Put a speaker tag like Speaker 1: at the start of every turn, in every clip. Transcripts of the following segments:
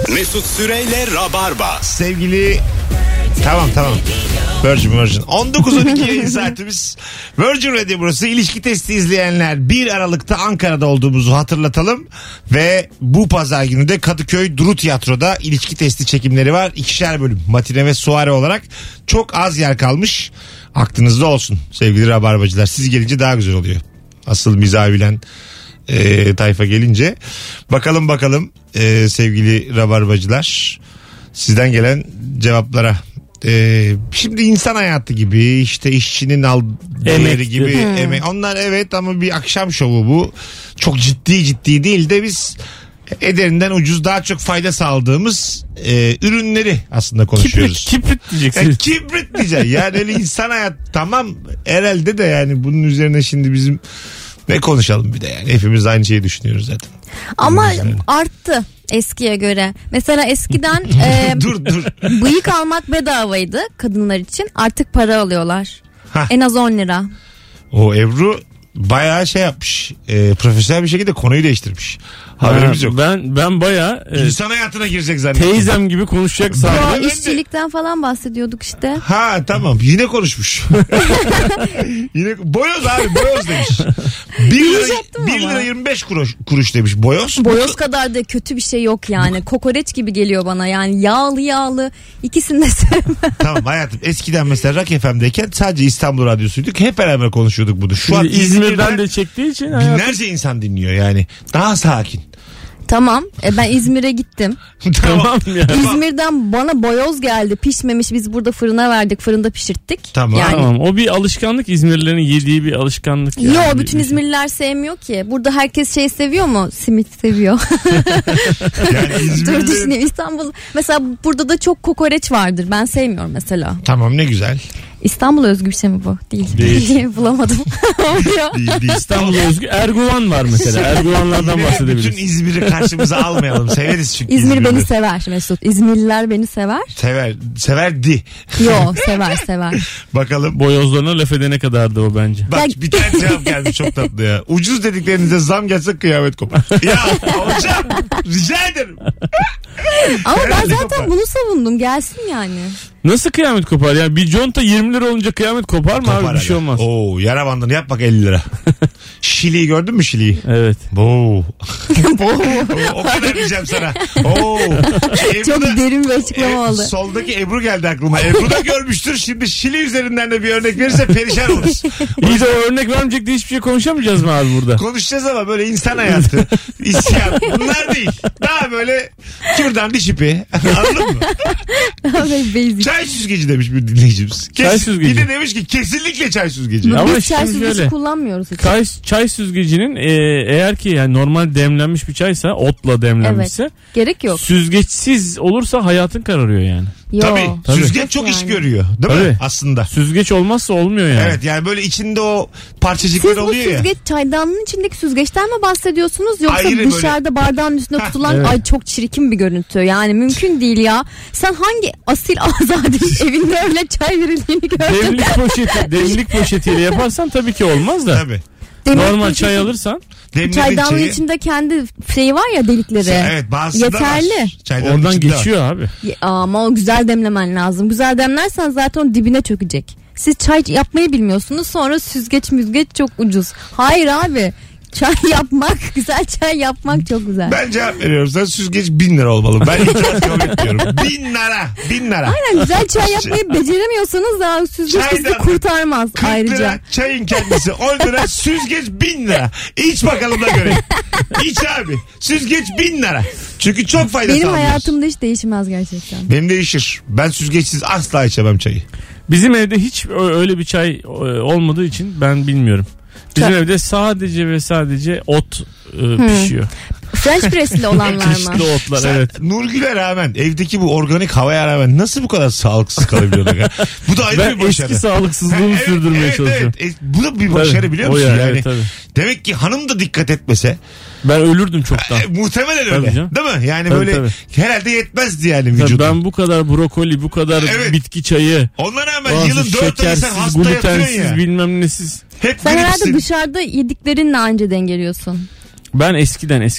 Speaker 1: Mesut Süreyle Rabarba.
Speaker 2: Sevgili Tamam. Virgin. 19.12 yayın saatimiz. Virgin Radio burası. İlişki testi izleyenler 1 Aralık'ta Ankara'da olduğumuzu hatırlatalım. Ve bu pazar günü de Kadıköy Duru Tiyatro'da ilişki testi çekimleri var. 2'şer bölüm. Matine ve suare olarak. Çok az yer kalmış. Aklınızda olsun sevgili Rabarbacılar. Siz gelince daha güzel oluyor. Asıl mizahı bilen tayfa gelince. Bakalım sevgili Rabarbacılar. Sizden gelen cevaplara. Şimdi insan hayatı gibi işte işçinin değeri gibi onlar evet ama bir akşam şovu bu. Çok ciddi değil de biz ederinden ucuz daha çok fayda sağladığımız ürünleri aslında konuşuyoruz.
Speaker 3: Kibrit diyeceksin.
Speaker 2: Kibrit diyeceksin. Yani öyle insan hayat tamam herhalde de yani bunun üzerine şimdi bizim ne konuşalım bir de yani hepimiz aynı şeyi düşünüyoruz zaten.
Speaker 4: Ama arttı eskiye göre. Mesela eskiden
Speaker 2: dur.
Speaker 4: bıyık almak bedavaydı kadınlar için. Artık para alıyorlar. En az 10 lira.
Speaker 2: O Ebru bayağı şey yapmış. Profesyonel bir şekilde konuyu değiştirmiş. Haberimiz yok.
Speaker 3: Ben bayağı
Speaker 2: İnsan hayatına girecek zannettim.
Speaker 3: teyzem gibi konuşacak
Speaker 4: Ya
Speaker 3: sandım.
Speaker 4: işçilikten falan bahsediyorduk işte.
Speaker 2: Ha tamam yine konuşmuş. Yine boyoz demiş. 1 lira 25 kuruş demiş boyoz.
Speaker 4: Boyoz kadar da kötü bir şey yok yani. Kokoreç gibi geliyor bana yani. Yağlı. İkisini de sevmem.
Speaker 2: Tamam hayatım. Eskiden mesela Rock FM'deyken sadece İstanbul Radyosu'yduk. Hep beraber konuşuyorduk bunu. Şu an
Speaker 3: İzmir'den de çektiği için
Speaker 2: binlerce insan dinliyor yani. Daha sakin.
Speaker 4: Tamam. Ben İzmir'e gittim.
Speaker 2: Tamam
Speaker 3: ya.
Speaker 4: İzmir'den bana boyoz geldi. Pişmemiş. Biz burada fırına verdik. Fırında pişirttik.
Speaker 2: Tamam.
Speaker 4: Yani,
Speaker 3: Tamam. O bir alışkanlık. İzmirlilerin yediği bir alışkanlık. Yani.
Speaker 4: Yo bütün İzmirliler sevmiyor ki. Burada herkes şey seviyor mu? Simit seviyor.
Speaker 2: Yani
Speaker 4: Dur düşüneyim. İstanbul. Mesela burada da çok kokoreç vardır. Ben sevmiyorum mesela.
Speaker 2: Tamam ne güzel.
Speaker 4: İstanbul özgü bir şey mi bu? Değil. Bulamadım.
Speaker 2: Değil.
Speaker 3: İstanbul'a özgü Erguvan var mesela. Erguvanlardan bahsedebiliriz.
Speaker 2: Bütün İzmir'i karşımıza almayalım. Severiz çünkü
Speaker 4: İzmir beni sever Mesut. İzmirliler beni sever.
Speaker 2: Severdi.
Speaker 4: Yo sever.
Speaker 2: Bakalım.
Speaker 3: Boyozlarına laf edene kadardı o bence.
Speaker 2: Bak bir tane cevap gelmiş çok tatlı ya. Ucuz dediklerinize zam gelse kıyamet kopar. Ya hocam rica ederim.
Speaker 4: Ama ben
Speaker 2: Herhalde
Speaker 4: zaten
Speaker 2: kopar.
Speaker 4: bunu savundum. Gelsin yani.
Speaker 3: Nasıl kıyamet kopar? Yani bir conta 20 lira olunca kıyamet kopar mı abi? Bir şey olmaz.
Speaker 2: Oo, yara bandını yap bak 50 lira. Şili'yi gördün mü Şili'yi?
Speaker 3: Evet.
Speaker 2: O kadar diyeceğim sana.
Speaker 4: Çok derin bir açıklama oldu.
Speaker 2: Soldaki Ebru geldi aklıma. Ebru da görmüştür. Şimdi Şili üzerinden de bir örnek verirse perişan oluruz.
Speaker 3: İyi de örnek vermeyecek de hiçbir şey konuşamayacağız mı abi burada?
Speaker 2: Konuşacağız ama böyle insan hayatı, isyan bunlar değil. Daha böyle kürdan diş ipi. Anladın mı? Çay süzgeci demiş bir dinleyicimiz.
Speaker 3: Çay süzgeci.
Speaker 2: Bir de demiş ki kesinlikle çay süzgeci.
Speaker 3: Ama
Speaker 4: Biz çay
Speaker 3: şimdi
Speaker 4: süzgeci
Speaker 3: şöyle.
Speaker 4: kullanmıyoruz hiç.
Speaker 3: Çay süzgecinin eğer ki yani normal demlenmiş bir çaysa otla demlenmişse
Speaker 4: Evet. Gerek yok.
Speaker 3: süzgeçsiz olursa hayatın kararıyor yani.
Speaker 4: Yo.
Speaker 2: Tabii. Süzgeç çok iş görüyor. Değil mi?
Speaker 3: Tabii.
Speaker 2: Aslında.
Speaker 3: Süzgeç olmazsa olmuyor yani.
Speaker 2: Evet yani böyle içinde o parçacıklar
Speaker 4: Siz bu
Speaker 2: oluyor ya.
Speaker 4: süzgeç çaydanlığın içindeki süzgeçten mi bahsediyorsunuz yoksa
Speaker 2: Ayrı
Speaker 4: dışarıda bardağın üstünde tutulan
Speaker 3: evet.
Speaker 4: ay çok çirkin bir görüntü yani mümkün değil ya. Sen hangi asil azadenin evinde öyle çay verildiğini gördün?
Speaker 3: Demlik poşetiyle yaparsan tabii ki olmaz da.
Speaker 2: Tabii.
Speaker 3: Normal çay alırsan
Speaker 4: Çaydanlığın içinde kendi şeyi var ya delikleri.
Speaker 2: Evet bazısı
Speaker 4: yeterli.
Speaker 2: da var. Çaydanlığın
Speaker 3: oradan
Speaker 2: içinde
Speaker 3: geçiyor abi.
Speaker 4: Ama o güzel demlemen lazım. Güzel demlersen zaten o dibine çökecek. Siz çay yapmayı bilmiyorsunuz sonra süzgeç çok ucuz. Hayır abi. Çay yapmak, güzel çay yapmak çok güzel.
Speaker 2: Ben cevap veriyorum. Sen süzgeç 1000 lira olmalı. Ben itiraz kabul etmiyorum. 1000 lira.
Speaker 4: Aynen güzel çay yapmayı beceremiyorsanız daha süzgeç sizi kurtarmaz
Speaker 2: 40
Speaker 4: ayrıca.
Speaker 2: lira çayın kendisi 10 lira süzgeç 1000 lira. İç bakalım da göreyim. İç abi. Süzgeç 1000 lira. Çünkü çok fayda
Speaker 4: Benim
Speaker 2: sağlıyoruz.
Speaker 4: hayatımda hiç değişmez gerçekten.
Speaker 2: Benim değişir. Ben süzgeçsiz asla içemem çayı.
Speaker 3: Bizim evde hiç öyle bir çay olmadığı için ben bilmiyorum. Bizim evde sadece ve sadece ot pişiyor.
Speaker 4: French press'li olanlar mı?
Speaker 3: Kışlı otlar
Speaker 2: Sen
Speaker 3: evet.
Speaker 2: Nurgül'e rağmen evdeki bu organik havaya rağmen nasıl bu kadar sağlıksız kalabiliyorsun? Bu da ayrı
Speaker 3: Ben
Speaker 2: bir başarı.
Speaker 3: eski sağlıksızlığımı sürdürmeye çalışıyorum.
Speaker 2: Evet. Bu da bir başarı
Speaker 3: Tabii,
Speaker 2: biliyor
Speaker 3: o
Speaker 2: musun?
Speaker 3: yani,
Speaker 2: Yani,
Speaker 3: evet, tabii.
Speaker 2: demek ki hanım da dikkat etmese.
Speaker 3: Ben ölürdüm çoktan.
Speaker 2: Muhtemelen
Speaker 3: Tabii
Speaker 2: öyle.
Speaker 3: canım.
Speaker 2: Değil mi? Yani
Speaker 3: Tabii,
Speaker 2: böyle
Speaker 3: tabii.
Speaker 2: herhalde yetmezdi yani vücudun.
Speaker 3: Ben bu kadar brokoli, bu kadar
Speaker 2: Evet.
Speaker 3: bitki çayı.
Speaker 2: Ona rağmen yılın 4 ayı sen
Speaker 3: şekersiz,
Speaker 2: hasta yatıyorsun
Speaker 3: glutensiz
Speaker 2: ya.
Speaker 3: bilmem nesiz.
Speaker 2: Hep
Speaker 4: Sen herhalde
Speaker 2: gripsin.
Speaker 4: dışarıda yediklerinle anca dengeliyorsun.
Speaker 3: Ben eskiden.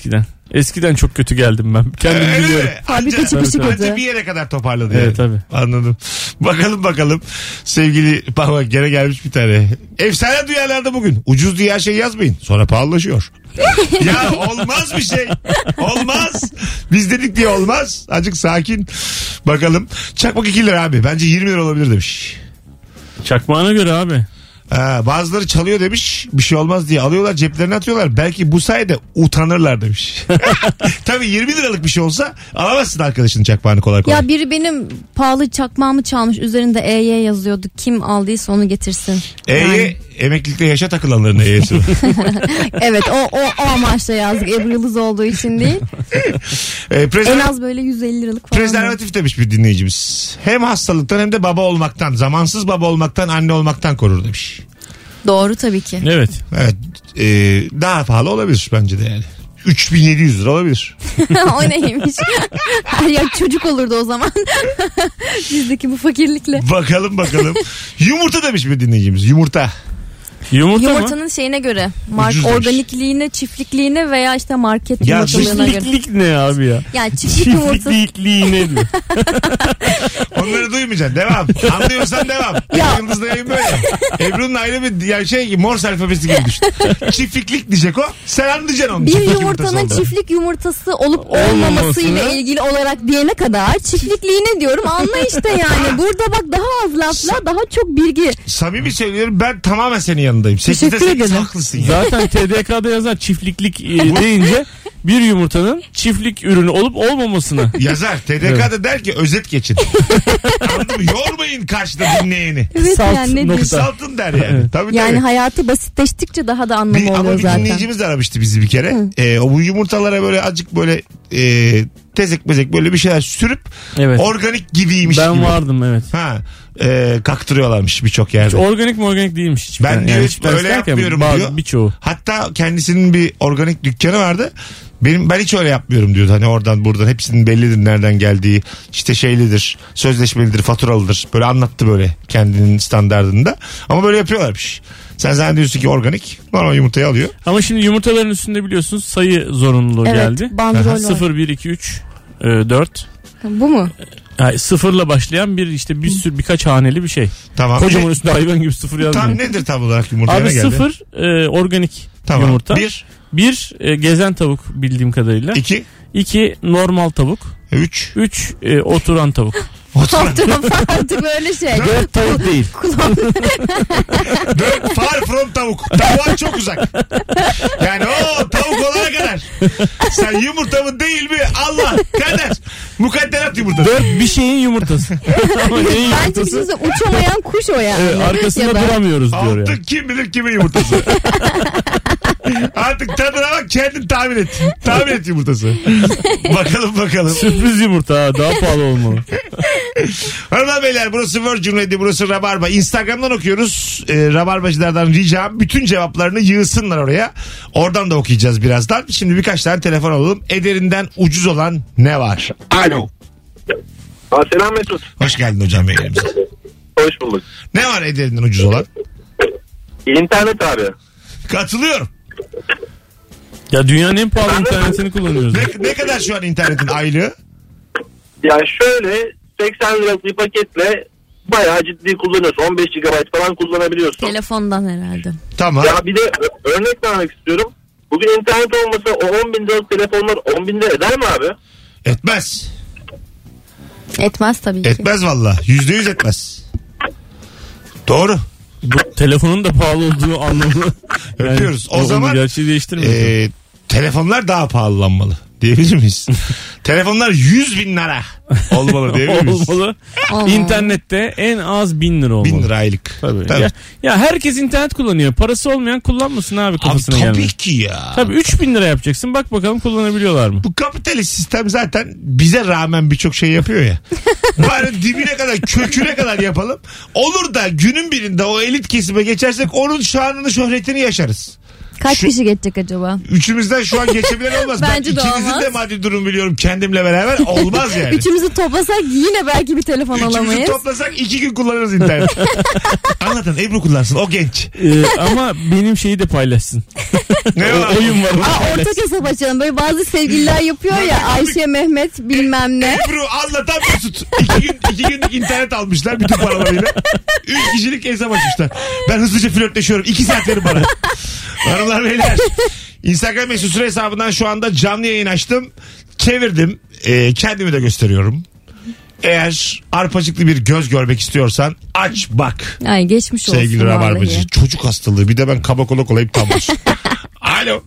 Speaker 3: Eskiden çok kötü geldim ben. Kendim
Speaker 2: Öyle
Speaker 3: biliyorum.
Speaker 2: mi?
Speaker 4: Fabrika çıkışı
Speaker 2: anca
Speaker 4: kötü.
Speaker 2: bir yere kadar toparladı
Speaker 3: Evet,
Speaker 2: yani.
Speaker 3: tabii.
Speaker 2: Anladım. Bakalım. Sevgili bak gene gelmiş bir tane. Efsane duyarlarda bugün. Ucuz diye her şey yazmayın. Sonra pahalılaşıyor. Ya olmaz bir şey. Olmaz. Biz dedik diye olmaz. Azıcık sakin. Bakalım. Çakmak 2 lira abi. Bence 20 lira olabilir demiş.
Speaker 3: Çakmağına göre abi.
Speaker 2: Bazıları çalıyor demiş. Bir şey olmaz diye alıyorlar, ceplerine atıyorlar. Belki bu sayede utanırlar demiş. Tabii 20 liralık bir şey olsa alamazsın arkadaşının çakmağını kolay kolay.
Speaker 4: Ya biri benim pahalı çakmağımı çalmış, üzerinde EY yazıyordu. Kim aldıysa onu getirsin.
Speaker 2: Yani. Emeklilikte yaşa takılanların EY'si var.
Speaker 4: Evet, o amaçla yazdık. Ebru Yıldız olduğu için değil. En az böyle 150 liralık falan.
Speaker 2: Prezervatif demiş bir dinleyicimiz. Hem hastalıktan hem de baba olmaktan, zamansız baba olmaktan, anne olmaktan korur demiş.
Speaker 4: Doğru tabii ki.
Speaker 3: Evet.
Speaker 2: Evet. Daha pahalı olabilir bence de yani. 3700 lira olabilir.
Speaker 4: O neymiş? Her yer çocuk olurdu o zaman. Bizdeki bu fakirlikle.
Speaker 2: Bakalım. Yumurta demiş bir dinleyicimiz. Yumurta.
Speaker 4: Yumurtanın şeyine göre.
Speaker 2: Ucuz
Speaker 4: Organikliğine, çiftlikliğine veya işte market
Speaker 2: Ya
Speaker 4: yumurtalığına göre.
Speaker 3: Çiftliklik ne abi ya?
Speaker 4: Yani çiftlik yumurtası.
Speaker 3: Çiftlikliği ne diyor?
Speaker 2: Onları duymayacaksın. Devam. Anlıyorsan devam.
Speaker 4: Ya.
Speaker 2: Yıldız'da yayın böyle. Ebru'nun ayrı bir yani şey Morse alfabesi gibi düşün. Çiftliklik diyecek o. Sen anlayacaksın onu.
Speaker 4: Bir
Speaker 2: Çiftlik
Speaker 4: yumurtanın
Speaker 2: yumurtası
Speaker 4: çiftlik yumurtası olup olmamasıyla ilgili olarak diyene kadar çiftlikliğine diyorum. Anla işte yani. Burada bak daha az lafla daha çok bilgi.
Speaker 2: Samimi söylüyorum ben tamamen senin yanındayım. 8'de
Speaker 4: Teşekkür
Speaker 2: 8
Speaker 4: ederim.
Speaker 2: haklısın ya.
Speaker 3: Zaten TDK'da yazar çiftliklik deyince bir yumurtanın çiftlik ürünü olup olmamasına.
Speaker 2: Yazar. TDK'da der ki özet geçin. Anladın mı? Yormayın karşıda dinleyeni.
Speaker 4: Evet
Speaker 3: Salt
Speaker 4: yani ne
Speaker 3: nokta.
Speaker 4: diyeyim.
Speaker 2: Kısaltın der yani. Tabii
Speaker 4: Yani
Speaker 2: tabii.
Speaker 4: hayatı basitleştikçe daha da anlamı
Speaker 2: Ama
Speaker 4: oluyor
Speaker 2: bir
Speaker 4: zaten.
Speaker 2: dinleyicimiz de aramıştı bizi bir kere. O bu yumurtalara böyle azıcık böyle tezek bezek böyle bir şeyler sürüp
Speaker 3: Evet.
Speaker 2: organik gibiymiş
Speaker 3: Ben
Speaker 2: gibi.
Speaker 3: vardım evet.
Speaker 2: Kaktırıyorlarmış birçok yerde.
Speaker 3: Organik mi organik değilmiş hiç.
Speaker 2: Ben diyor,
Speaker 3: hiç
Speaker 2: öyle
Speaker 3: derken
Speaker 2: yapmıyorum diyor.
Speaker 3: Birçoğu.
Speaker 2: Hatta kendisinin bir organik dükkanı vardı. Ben hiç öyle yapmıyorum diyordu. Hani oradan buradan hepsinin bellidir nereden geldiği. İşte şeylidir, sözleşmelidir, faturalıdır. Böyle anlattı böyle kendinin standardında. Ama böyle yapıyorlarmış. Sen zannediyorsun ki organik. Normal yumurtayı alıyor.
Speaker 3: Ama şimdi yumurtaların üstünde biliyorsunuz sayı zorunluluğu
Speaker 4: Evet,
Speaker 3: geldi.
Speaker 4: bandrol var.
Speaker 3: 0, 1, 2, 3, 4.
Speaker 4: Bu mu?
Speaker 3: Yani sıfırla başlayan bir işte bir sürü birkaç haneli bir şey.
Speaker 2: Tamam.
Speaker 3: Kocaman üstünde hayvan gibi sıfır yazmıyor.
Speaker 2: Tam nedir tam olarak yumurtaya
Speaker 3: Abi
Speaker 2: ne geldi?
Speaker 3: 0 organik
Speaker 2: Tamam.
Speaker 3: yumurta.
Speaker 2: Bir.
Speaker 3: 1 gezen tavuk bildiğim kadarıyla.
Speaker 2: 2.
Speaker 3: Normal tavuk.
Speaker 2: 3.
Speaker 3: 3 oturan tavuk.
Speaker 4: Artık böyle şey.
Speaker 3: 4 tavuk değil.
Speaker 2: 4 far from tavuk. Tavuğa çok uzak. Yani o tavuk olana kadar. Sen yumurta mı değil mi? Allah kader. Mukadderat yumurtası.
Speaker 3: 4 bir şeyin yumurtası. Ama neyin
Speaker 4: Bence bir
Speaker 3: yumurtası?
Speaker 4: şey söyleyeyim, uçamayan kuş o yani.
Speaker 3: Arkasında
Speaker 4: Ya da-
Speaker 3: duramıyoruz diyor ya.
Speaker 2: Artık kim bilir kimin yumurtası. Artık tadına bak kendin tahmin et. Tahmin et yumurtası. Bakalım.
Speaker 3: Sürpriz yumurta ha, daha pahalı olmalı.
Speaker 2: Hanımlar beyler burası Virgin Radio, burası Rabarba. Instagram'dan okuyoruz. Rabarbacılardan ricam bütün cevaplarını yığsınlar oraya. Oradan da okuyacağız birazdan. Şimdi birkaç tane telefon alalım. Ederinden ucuz olan ne var? Alo.
Speaker 5: Selam Mesut.
Speaker 2: Hoş geldin hocam yayınımıza.
Speaker 5: Hoş bulduk.
Speaker 2: Ne var ederinden ucuz olan?
Speaker 5: İnternet abi.
Speaker 2: Katılıyorum.
Speaker 3: Ya dünyanın en pahalı internetini kullanıyoruz.
Speaker 2: Ne kadar şu an internetin aylığı?
Speaker 5: Ya şöyle 80 liralık bir paketle bayağı ciddi kullanıyorsun. 15 GB falan kullanabiliyorsun.
Speaker 4: Telefondan herhalde.
Speaker 2: Tamam.
Speaker 5: Ya bir de örnek vermek istiyorum. Bugün internet olmasa o 10 bin liralık telefonlar 10 bin lira eder mi abi?
Speaker 2: Etmez.
Speaker 4: Etmez tabii ki.
Speaker 2: Etmez valla. %100 etmez. Doğru.
Speaker 3: Bu telefonun da pahalı olduğu anlamı.
Speaker 2: Öpüyoruz. O
Speaker 3: onu
Speaker 2: zaman
Speaker 3: gerçeği değiştirmiyor.
Speaker 2: telefonlar daha pahalanmalı diyebilir miyiz? Telefonlar 100 bin lira olmalı diyebilir miyiz?
Speaker 3: Olmalı.
Speaker 4: Olmalı.
Speaker 3: İnternette en az 1000 lira olmalı.
Speaker 2: 1000 lira aylık.
Speaker 3: Tabii.
Speaker 2: Tabii.
Speaker 3: Ya herkes internet kullanıyor. Parası olmayan kullanmasın abi
Speaker 2: Abi
Speaker 3: kafasına
Speaker 2: tabii
Speaker 3: gelmiyor.
Speaker 2: ki ya.
Speaker 3: Tabii 3000 lira yapacaksın. Bak bakalım kullanabiliyorlar mı?
Speaker 2: Bu kapitalist sistem zaten bize rağmen birçok şey yapıyor ya. Bari dibine kadar köküne kadar yapalım. Olur da günün birinde o elit kesime geçersek onun şanını şöhretini yaşarız.
Speaker 4: Kaç kişi geçecek acaba?
Speaker 2: Üçümüzden şu an geçebilen olmaz.
Speaker 4: Bence
Speaker 2: ben
Speaker 4: de
Speaker 2: ikinizin
Speaker 4: olmaz.
Speaker 2: de maddi durum biliyorum kendimle beraber. Olmaz yani.
Speaker 4: Üçümüzü toplasak yine belki bir telefon
Speaker 2: Üçümüzü
Speaker 4: alamayız.
Speaker 2: toplasak 2 gün kullanırız internet. Anlatın, Ebru kullansın, o genç.
Speaker 3: Ama benim şeyi de paylaşsın.
Speaker 2: Ne var?
Speaker 3: Oyun var.
Speaker 4: Ortak hesap açalım. Böyle bazı sevgililer yapıyor ya. Ayşe, Mehmet bilmem ne.
Speaker 2: Ebru anlatan Mesut. 2 günlük internet almışlar bütün paralarıyla. 3 kişilik hesap açmışlar. Ben hızlıca flörtleşiyorum. 2 saat verin bana. Hanımlar beyler. Instagram Mesut Süre hesabından şu anda canlı yayın açtım. Çevirdim. Kendimi de gösteriyorum. Eğer arpacıklı bir göz görmek istiyorsan aç bak.
Speaker 4: Ay geçmiş olsun.
Speaker 2: Sevgili Rabarbacı.
Speaker 4: vallahi.
Speaker 2: Çocuk hastalığı. Bir de ben kaba kola kolayıp kalmış. Alo.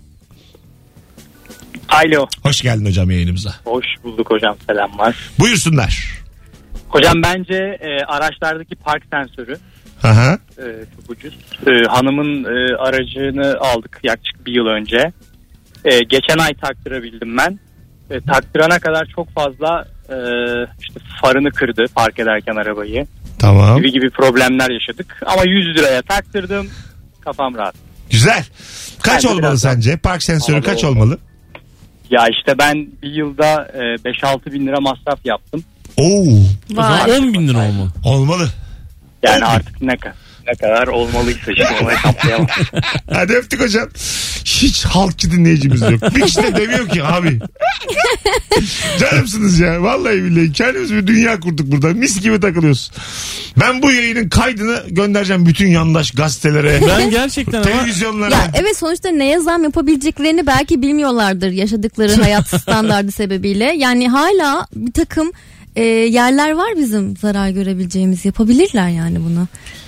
Speaker 6: Alo.
Speaker 2: Hoş geldin hocam yayınımıza.
Speaker 6: Hoş bulduk hocam, selamlar.
Speaker 2: Buyursunlar.
Speaker 6: Hocam bence araçlardaki park sensörü
Speaker 2: Aha.
Speaker 6: çok ucuz. Hanımın aracını aldık yaklaşık bir yıl önce. Geçen ay taktırabildim ben. Taktırana kadar çok fazla işte farını kırdı park ederken arabayı.
Speaker 2: Tamam.
Speaker 6: Gibi problemler yaşadık. Ama 100 liraya taktırdım. Kafam rahat.
Speaker 2: Güzel. Kaç
Speaker 6: Bence
Speaker 2: olmalı
Speaker 6: biraz daha
Speaker 2: sence? Park sensörü
Speaker 6: havalı
Speaker 2: kaç
Speaker 6: olmalı.
Speaker 2: olmalı?
Speaker 6: Ya işte ben bir yılda 5-6 bin lira masraf yaptım.
Speaker 2: Oo,
Speaker 3: O zaman
Speaker 4: Vay.
Speaker 3: 10 bin lira olmalı.
Speaker 2: olmalı.
Speaker 6: Yani
Speaker 2: Oldu.
Speaker 6: artık ne kadar olmalıysa şimdi onu hesaplayamam.
Speaker 2: Hadi öptük hocam. Hiç halkçı dinleyicimiz yok. Bir kişi de demiyor ki abi. Canımsınız ya. Vallahi billahi. Kendimiz bir dünya kurduk burada. Mis gibi takılıyoruz. Ben bu yayının kaydını göndereceğim bütün yandaş gazetelere,
Speaker 3: Ben gerçekten ama
Speaker 2: televizyonlara.
Speaker 4: Ya evet, sonuçta neye zam yapabileceklerini belki bilmiyorlardır yaşadıkları hayat standardı sebebiyle. Yani hala bir takım yerler var bizim zarar görebileceğimiz, yapabilirler yani bunu.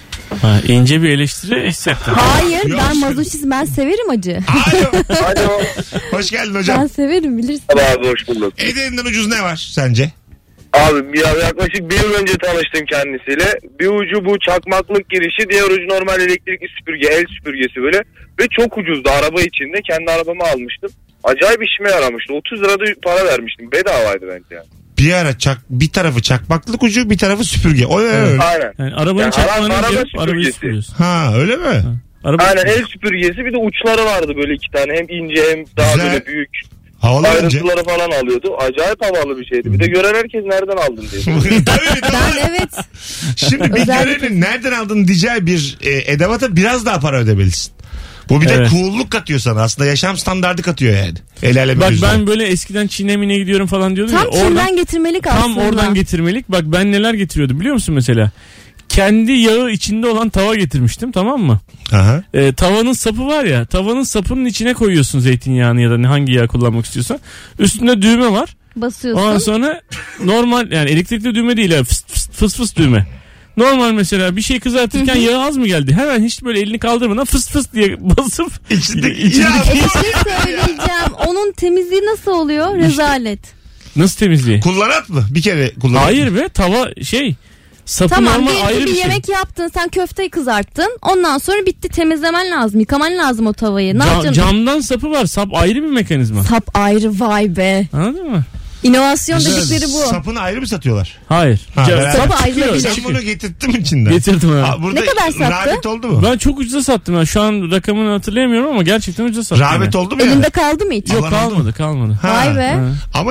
Speaker 3: ince bir eleştiri hissettim.
Speaker 4: Hayır,
Speaker 2: Yok.
Speaker 4: ben mazoşizm, ben severim acı.
Speaker 2: Alo.
Speaker 5: Alo.
Speaker 2: Hoş geldin
Speaker 4: Ben
Speaker 2: hocam.
Speaker 4: severim, bilirsin.
Speaker 5: Abi hoş bulduk.
Speaker 2: Ederinden ucuz ne var sence?
Speaker 5: Abi ya yaklaşık bir yıl önce tanıştım kendisiyle. Bir ucu bu çakmaklık girişi, diğer ucu normal elektrikli süpürge, el süpürgesi böyle. Ve çok ucuzdu, araba içinde. Kendi arabamı almıştım. Acayip işime yaramıştı. 30 lira da para vermiştim. Bedavaydı bence yani.
Speaker 2: Bir ara bir tarafı çakmaklık ucu, bir tarafı süpürge. O öyle.
Speaker 5: Aynen.
Speaker 3: Yani arabanın
Speaker 5: Yani
Speaker 3: çakmağını
Speaker 5: araba
Speaker 3: girip arabayı
Speaker 5: süpürgesi.
Speaker 3: süpürüyorsun.
Speaker 2: Ha öyle mi?
Speaker 3: Araba
Speaker 5: Aynen, el süpürgesi, bir de uçları vardı böyle 2 tane. Hem ince hem daha
Speaker 2: Güzel.
Speaker 5: böyle büyük.
Speaker 2: Havalı bence.
Speaker 5: Ayrıntıları falan alıyordu. Acayip havalı bir şeydi. Bir de gören herkes nereden aldın diye.
Speaker 2: Tabii,
Speaker 4: Ben
Speaker 2: doğru.
Speaker 4: evet.
Speaker 2: Şimdi bir
Speaker 4: Özellikle-
Speaker 2: görenin nereden aldın diyeceği bir edevata biraz daha para ödemelisin. Bu bir de
Speaker 3: Evet.
Speaker 2: cool'luk katıyor sana. Aslında yaşam standardı katıyor yani. El alemi
Speaker 3: Bak
Speaker 2: gözüne.
Speaker 3: ben böyle eskiden Çin'e mine gidiyorum falan diyordum
Speaker 4: Tam
Speaker 3: ya. Oradan,
Speaker 4: Çin'den getirmelik aslında.
Speaker 3: tam oradan getirmelik. Bak ben neler getiriyordu biliyor musun mesela? Kendi yağı içinde olan tava getirmiştim, tamam mı?
Speaker 2: Aha.
Speaker 3: Tavanın sapı var ya, tavanın sapının içine koyuyorsun zeytinyağını ya da hangi yağ kullanmak istiyorsan. Üstünde düğme var.
Speaker 4: Basıyorsun.
Speaker 3: Ondan sonra normal, yani elektrikli düğme değil ya, fıs fıs düğme. Normal mesela bir şey kızartırken yağı az mı geldi? Hemen hiç böyle elini kaldırmadan fıs fıs diye basıp
Speaker 2: İçindeki ya,
Speaker 4: Bir şey söyleyeceğim. Onun temizliği nasıl oluyor? Rezalet.
Speaker 3: nasıl temizliği?
Speaker 2: kullanat mı? Bir kere kullanat.
Speaker 3: Hayır be, tava sapı
Speaker 4: Tamam,
Speaker 3: normal
Speaker 4: diyelim
Speaker 3: ayrı
Speaker 4: ki
Speaker 3: bir
Speaker 4: bir
Speaker 3: şey.
Speaker 4: yemek yaptın, sen köfteyi kızarttın, ondan sonra bitti, temizlemen lazım, yıkaman lazım o tavayı. Ne yapacaksın?
Speaker 3: Camdan sapı var, sap ayrı bir mekanizma.
Speaker 4: Sap ayrı, vay be.
Speaker 3: Anladın mı?
Speaker 4: İnovasyon dedikleri bu.
Speaker 2: Sapını ayrı mı satıyorlar?
Speaker 3: Hayır.
Speaker 2: Ha, beraber.
Speaker 4: Sapı ayrı
Speaker 3: Çıkıyor,
Speaker 4: bir
Speaker 2: Sen
Speaker 3: çıkıyor.
Speaker 2: bunu getirttin mi içinden?
Speaker 3: Getirdim ha.
Speaker 2: Ha, burada
Speaker 4: Ne kadar sattı?
Speaker 2: rağbet oldu mu?
Speaker 3: Ben çok ucuza sattım. Yani şu an rakamını hatırlayamıyorum ama gerçekten ucuza sattım.
Speaker 2: Rağbet
Speaker 3: yani.
Speaker 2: oldu mu yani?
Speaker 4: Elinde kaldı mı hiç?
Speaker 3: Yok,
Speaker 2: Alan oldu mu?
Speaker 3: kalmadı.
Speaker 2: Ha.
Speaker 4: Vay be.
Speaker 3: Ha.
Speaker 2: Ama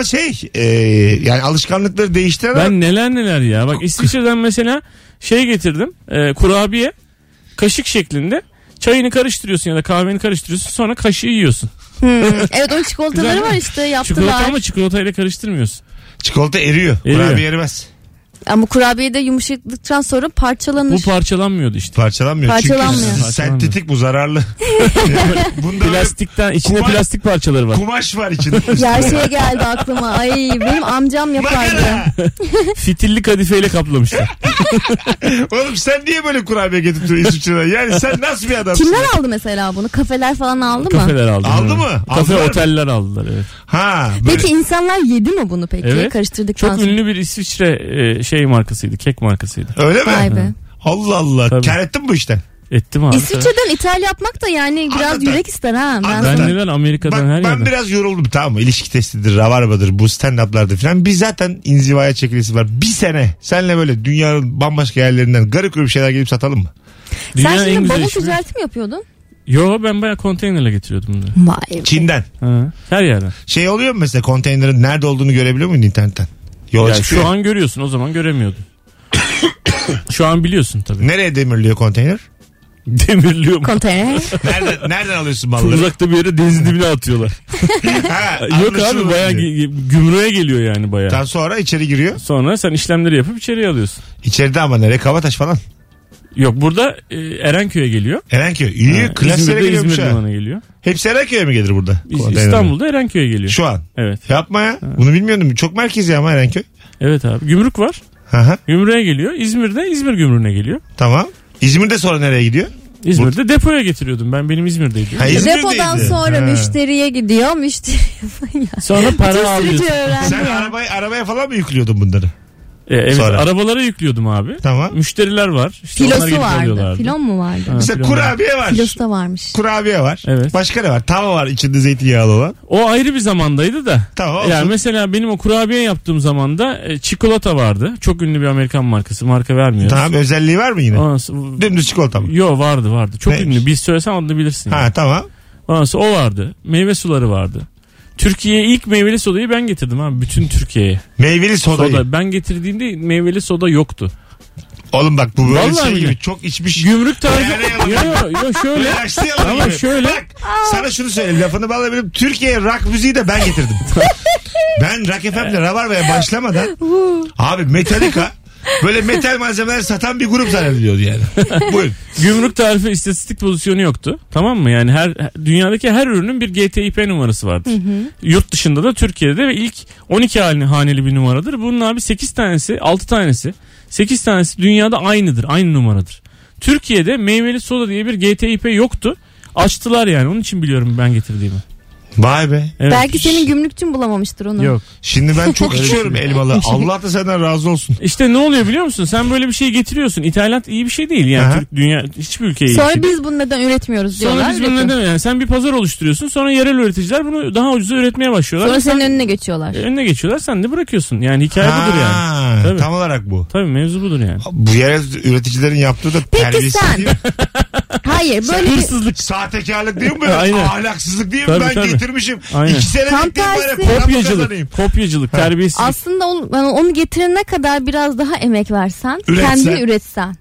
Speaker 2: yani alışkanlıkları değiştiren
Speaker 3: Ben neler ya. Bak İsviçre'den mesela getirdim. Kurabiye. Kaşık şeklinde. Çayını karıştırıyorsun ya da kahveni karıştırıyorsun. Sonra kaşığı yiyorsun.
Speaker 4: Evet, onun çikolataları
Speaker 3: Güzel.
Speaker 4: var işte, yaptılar.
Speaker 3: Çikolata ama çikolatayla karıştırmıyorsun.
Speaker 2: çikolata eriyor.
Speaker 3: Eriyor.
Speaker 2: Kurabiye erimez.
Speaker 4: Ama kurabiye de yumuşadıktan sonra parçalanır.
Speaker 3: Bu parçalanmıyordu işte.
Speaker 2: Parçalanmıyor.
Speaker 4: Parçalanmıyor.
Speaker 2: Çünkü sentetik, bu zararlı. Bunda
Speaker 3: Plastikten, içinde
Speaker 2: Kumaş-
Speaker 3: plastik parçaları var.
Speaker 2: kumaş var içinde.
Speaker 4: Gerçeğe geldi aklıma. Ay, benim amcam yapardı.
Speaker 2: Makara.
Speaker 3: Fitilli kadifeyle kaplamışlar.
Speaker 2: Oğlum sen niye böyle kurabiye getirtiyorsun İsviçre'den? Yani sen nasıl bir adamsın?
Speaker 4: Kimler aldı mesela bunu? Kafeler falan aldı mı?
Speaker 3: Kafeler aldı.
Speaker 2: Aldı
Speaker 3: hı.
Speaker 2: mı?
Speaker 3: Kafe
Speaker 2: Aldılar mı?
Speaker 3: oteller aldılar, evet.
Speaker 2: Ha, böyle.
Speaker 4: Peki insanlar yedi mi bunu peki?
Speaker 3: Evet.
Speaker 4: Karıştırdıktan
Speaker 3: Çok
Speaker 4: sonra.
Speaker 3: ünlü bir İsviçre markasıydı. Kek markasıydı.
Speaker 2: Öyle mi?
Speaker 4: Vay be.
Speaker 2: Allah Allah.
Speaker 3: Tabii.
Speaker 2: Kâr ettin mi bu işten?
Speaker 3: Ettim abi.
Speaker 4: İsviçre'den ithal yapmak da yani biraz
Speaker 2: Anlatan.
Speaker 4: yürek ister ha. Ben
Speaker 2: Anlatan.
Speaker 3: Ben neler Amerika'dan her
Speaker 2: Ben
Speaker 3: yerden.
Speaker 2: biraz yoruldum, tamam mı? İlişki testidir, rabarbadır, bu stand-up'lardır falan. Biz zaten inzivaya çekilisi var. Bir sene senle böyle dünyanın bambaşka yerlerinden garip garip şeyler gelip satalım mı?
Speaker 3: Dünyanın
Speaker 4: Sen
Speaker 3: en
Speaker 4: şimdi
Speaker 3: güzel
Speaker 4: bavul
Speaker 3: işi mi?
Speaker 4: ticareti mi yapıyordun?
Speaker 3: Yo, ben bayağı konteynerle getiriyordum bunları.
Speaker 4: Vay be.
Speaker 2: Çin'den.
Speaker 3: Ha, her yerden.
Speaker 2: Şey oluyor mu mesela, konteynerin nerede olduğunu görebiliyor muydun internetten? Yola
Speaker 3: Yani
Speaker 2: çıkıyor.
Speaker 3: şu an görüyorsun, o zaman göremiyordun. Şu an biliyorsun tabii.
Speaker 2: Nereye demirliyor konteyner?
Speaker 3: Demirliyor mu?
Speaker 4: Konteyner.
Speaker 2: Nereden alıyorsun
Speaker 3: Çok
Speaker 2: malları?
Speaker 3: uzakta bir yere denizin dibine atıyorlar.
Speaker 2: Ha,
Speaker 3: Yok abi,
Speaker 2: anlaşılmaz
Speaker 3: bayağı
Speaker 2: diyor.
Speaker 3: gümrüğe geliyor yani bayağı.
Speaker 2: Daha sonra içeri giriyor.
Speaker 3: Sonra sen işlemleri yapıp içeriye alıyorsun.
Speaker 2: İçeride ama nereye? Kabataş falan.
Speaker 3: Yok, burada Erenköy'e geliyor.
Speaker 2: Erenköy. İyi,
Speaker 3: Ha,
Speaker 2: klaslere
Speaker 3: İzmir'de
Speaker 2: geliyormuş
Speaker 3: İzmir
Speaker 2: ha.
Speaker 3: limanına geliyor.
Speaker 2: Hepsi Erenköy'e mi gelir burada? Konteynerler.
Speaker 3: İstanbul'da Erenköy'e geliyor.
Speaker 2: Şu an.
Speaker 3: Evet.
Speaker 2: Yapma ya. Bunu bilmiyordum. Çok merkezi ama Erenköy.
Speaker 3: Evet abi. Gümrük var.
Speaker 2: Aha,
Speaker 3: Gümrüğe geliyor. İzmir'de İzmir gümrüğüne geliyor.
Speaker 2: tamam. İzmir'de sonra nereye gidiyor?
Speaker 3: İzmir'de depoya getiriyordum. Benim İzmir'deydi.
Speaker 2: Ha, İzmir'deydi.
Speaker 4: Depodan sonra
Speaker 2: Ha.
Speaker 4: müşteriye gidiyor. Müşteri
Speaker 3: Sonra para alıyorsun.
Speaker 4: sürücü öğrendi
Speaker 2: Sen
Speaker 4: ya.
Speaker 2: arabaya falan mı yüklüyordun bunları?
Speaker 3: Evet,
Speaker 2: Sonra.
Speaker 3: arabalara yüklüyordum abi.
Speaker 2: Tamam.
Speaker 3: Müşteriler var. İşte onlar
Speaker 4: Filosu
Speaker 3: gelip
Speaker 4: vardı.
Speaker 3: alıyorlardı.
Speaker 4: Filon mu vardı?
Speaker 3: Ha,
Speaker 2: Mesela
Speaker 3: filon
Speaker 2: kurabiye var.
Speaker 4: Filosu da varmış.
Speaker 2: Kurabiye var.
Speaker 3: Evet.
Speaker 2: Başka ne var? Tava var içinde zeytinyağlı olan.
Speaker 3: O ayrı bir zamandaydı da.
Speaker 2: Tamam, olsun.
Speaker 3: Yani mesela benim o kurabiye yaptığım zamanda çikolata vardı. Çok ünlü bir Amerikan markası. Marka vermiyoruz.
Speaker 2: Tamam, özelliği var mı yine?
Speaker 3: Ondan sonra-
Speaker 2: Dümdüz çikolata mı?
Speaker 3: Yo, vardı. Çok
Speaker 2: Ne?
Speaker 3: ünlü. Biz söylesem adını bilirsin.
Speaker 2: Ha,
Speaker 3: yani.
Speaker 2: tamam.
Speaker 3: Ondan sonra o vardı. Meyve suları vardı. Türkiye'ye ilk meyveli sodayı ben getirdim abi. Bütün Türkiye'ye.
Speaker 2: Meyveli sodayı.
Speaker 3: Soda. Ben getirdiğimde meyveli soda yoktu.
Speaker 2: Oğlum bak, bu böyle
Speaker 3: Vallahi
Speaker 2: şey gibi
Speaker 3: billahi.
Speaker 2: çok içmiş.
Speaker 3: Gümrük tarifi.
Speaker 2: Ayarlayalım.
Speaker 3: Yo şöyle.
Speaker 2: Yaşlayalım
Speaker 3: Ama
Speaker 2: gibi.
Speaker 3: şöyle.
Speaker 2: Bak, sana şunu söyleyeyim, lafını bağlayabilirim. Türkiye'ye rock müziği de ben getirdim. Ben Rock FM'de Rabarba'ya başlamadan abi Metallica böyle metal malzemeler satan bir grup zannediliyordu yani. Buyurun.
Speaker 3: Gümrük tarifi istatistik pozisyonu yoktu. Tamam mı? Yani dünyadaki her ürünün bir GTİP numarası vardır. Yurt dışında da Türkiye'de ve ilk 12 haneli bir numaradır. Bunun abi 8 tanesi, 6 tanesi, 8 tanesi dünyada aynıdır. Aynı numaradır. Türkiye'de meyveli soda diye bir GTİP yoktu. Açtılar yani. Onun için biliyorum ben getirdiğimi.
Speaker 2: Vay be.
Speaker 3: Evet.
Speaker 4: Belki senin gümrükçün bulamamıştır onu.
Speaker 3: Yok.
Speaker 2: Şimdi ben çok içiyorum elmalı. Allah da senden razı olsun.
Speaker 3: İşte ne oluyor biliyor musun? Sen böyle bir şey getiriyorsun. İthalat iyi bir şey değil yani.
Speaker 2: Aha.
Speaker 3: Dünya hiçbir ülkeye iyi bir
Speaker 4: Sonra
Speaker 3: şey değil.
Speaker 4: biz bunu neden üretmiyoruz diyorlar.
Speaker 3: Sonra biz bunu neden, yani sen bir pazar oluşturuyorsun, sonra yerel üreticiler bunu daha ucuza üretmeye başlıyorlar.
Speaker 4: Sonra
Speaker 3: Ve sen
Speaker 4: senin önüne geçiyorlar.
Speaker 3: önüne geçiyorlar, sen de bırakıyorsun. Yani hikaye budur yani.
Speaker 2: Ha,
Speaker 3: Tabii.
Speaker 2: tam olarak bu.
Speaker 3: Tabii mevzu budur yani.
Speaker 2: Bu yerel üreticilerin yaptığı da terbiyesizlik
Speaker 4: sen-
Speaker 2: değil mi?
Speaker 4: Hayır böyle bir...
Speaker 3: Hırsızlık.
Speaker 2: Sahtekarlık değil mi?
Speaker 3: Aynen.
Speaker 2: Ahlaksızlık değil mi?
Speaker 3: Tabii,
Speaker 2: Ben
Speaker 3: tabii.
Speaker 2: getirmişim.
Speaker 3: Aynen.
Speaker 2: 2 sene
Speaker 4: Tam
Speaker 2: bekleyeyim bari
Speaker 4: tersi.
Speaker 2: paramı kazanayım.
Speaker 3: Kopyacılık, terbiyesizlik.
Speaker 4: Aslında onu getirene kadar biraz daha emek versen,
Speaker 2: Üretsen.
Speaker 4: kendini üretsen.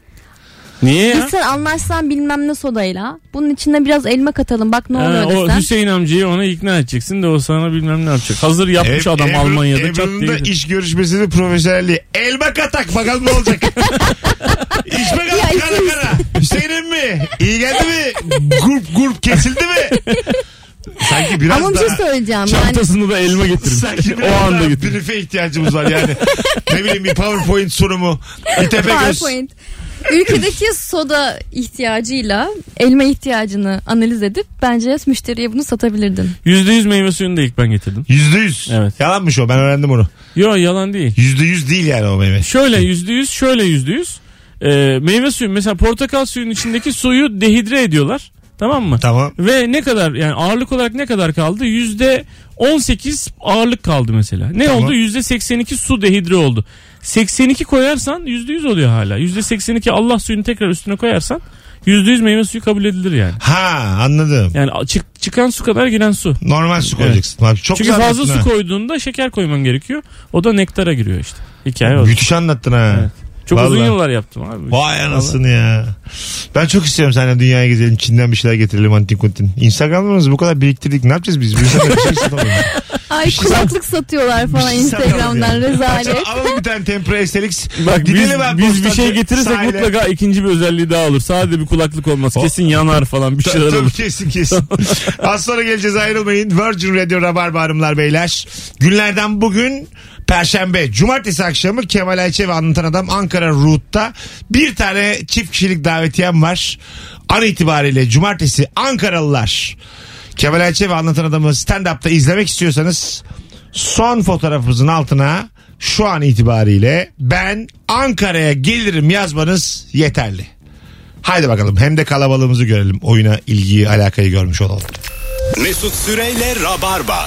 Speaker 3: Niye ya?
Speaker 4: Gitsen anlaşsan bilmem ne sodayla. Bunun içine biraz elma katalım bak ne oluyor
Speaker 3: O
Speaker 4: desen.
Speaker 3: Hüseyin amcayı ona ikna edeceksin de o sana bilmem ne yapacak. Hazır yapmış adam Almanya'da. Çat
Speaker 2: Ebru'nun da
Speaker 3: diye.
Speaker 2: iş görüşmesinin profesyonelliği. Elma katak bakalım ne olacak. İş bakalım
Speaker 4: Ya,
Speaker 2: kara kara. Hüseyin'im mi? İyi geldi mi? Grup kesildi mi? Sanki biraz
Speaker 4: Ama bir
Speaker 2: daha...
Speaker 4: şey söyleyeceğim yani.
Speaker 3: Çantasını da elma getirin.
Speaker 2: Sanki
Speaker 3: O
Speaker 2: biraz
Speaker 3: anda
Speaker 2: daha
Speaker 3: getirin.
Speaker 2: briefe ihtiyacımız var yani. Ne bileyim, bir PowerPoint sunumu. Bir tepe göz.
Speaker 4: PowerPoint. Ülkedeki soda ihtiyacıyla elma ihtiyacını analiz edip bence müşteriye bunu satabilirdin.
Speaker 3: %100 meyve suyunu da ilk ben getirdim.
Speaker 2: %100.
Speaker 3: Evet.
Speaker 2: Yalanmış o, ben öğrendim onu.
Speaker 3: Yo, yalan değil.
Speaker 2: %100 değil yani o meyve.
Speaker 3: Şöyle %100, şöyle %100. Meyve suyu mesela portakal suyunun içindeki suyu dehidre ediyorlar. Tamam mı?
Speaker 2: Tamam.
Speaker 3: Ve ne kadar yani ağırlık olarak ne kadar kaldı? %18 ağırlık kaldı mesela. Ne
Speaker 2: Tamam.
Speaker 3: oldu? %82 su dehidre oldu. 82 koyarsan %100 oluyor hala. %82 Allah suyunu tekrar üstüne koyarsan %100 meyve suyu kabul edilir yani.
Speaker 2: Ha, anladım.
Speaker 3: Yani çıkan su kadar giren su.
Speaker 2: Normal su koyacaksın. Abi, çok
Speaker 3: Çünkü
Speaker 2: güzel
Speaker 3: fazla
Speaker 2: anlattın
Speaker 3: su
Speaker 2: ha.
Speaker 3: koyduğunda şeker koyman gerekiyor. O da nektara giriyor işte. Hikaye o.
Speaker 2: Müthiş anlattın ha.
Speaker 3: Evet. Çok uzun
Speaker 2: Vallahi.
Speaker 3: yıllar yaptım abi.
Speaker 2: Vay anasını ya. Ben çok istiyorum seninle dünyaya gezelim. Çin'den bir şeyler getirelim antin kuntin. Instagram'ımızı bu kadar biriktirdik. Ne yapacağız biz? Bir şey satalım.
Speaker 4: Ay kulaklık satıyorlar falan
Speaker 2: Bir şey satalım
Speaker 4: Instagram'dan
Speaker 2: yani.
Speaker 4: rezalet.
Speaker 2: Açalım, alalım bir tane Tempra Estelix.
Speaker 3: Bak
Speaker 2: Gidelim abi
Speaker 3: biz bir
Speaker 2: Bostancı
Speaker 3: şey getirirsek
Speaker 2: sahile.
Speaker 3: mutlaka ikinci bir özelliği daha olur. Sadece bir kulaklık olmaz. Kesin yanar falan bir şeyler
Speaker 2: Tabii
Speaker 3: olur.
Speaker 2: kesin. Az sonra geleceğiz, ayrılmayın. Virgin Radio Rabarba hanımlar beyler. Günlerden bugün Perşembe. Cumartesi akşamı Kemal Ayçe ve Anlatan Adam Ankara Root'ta bir tane çift kişilik davetiyem var. An itibariyle cumartesi Ankaralılar Kemal Ayçe ve Anlatan Adam'ı stand-up'ta izlemek istiyorsanız son fotoğrafımızın altına şu an itibariyle ben Ankara'ya gelirim yazmanız yeterli. Haydi bakalım, hem de kalabalığımızı görelim. Oyuna ilgiyi, alakayı görmüş olalım.
Speaker 1: Mesut Süreyle Rabarba.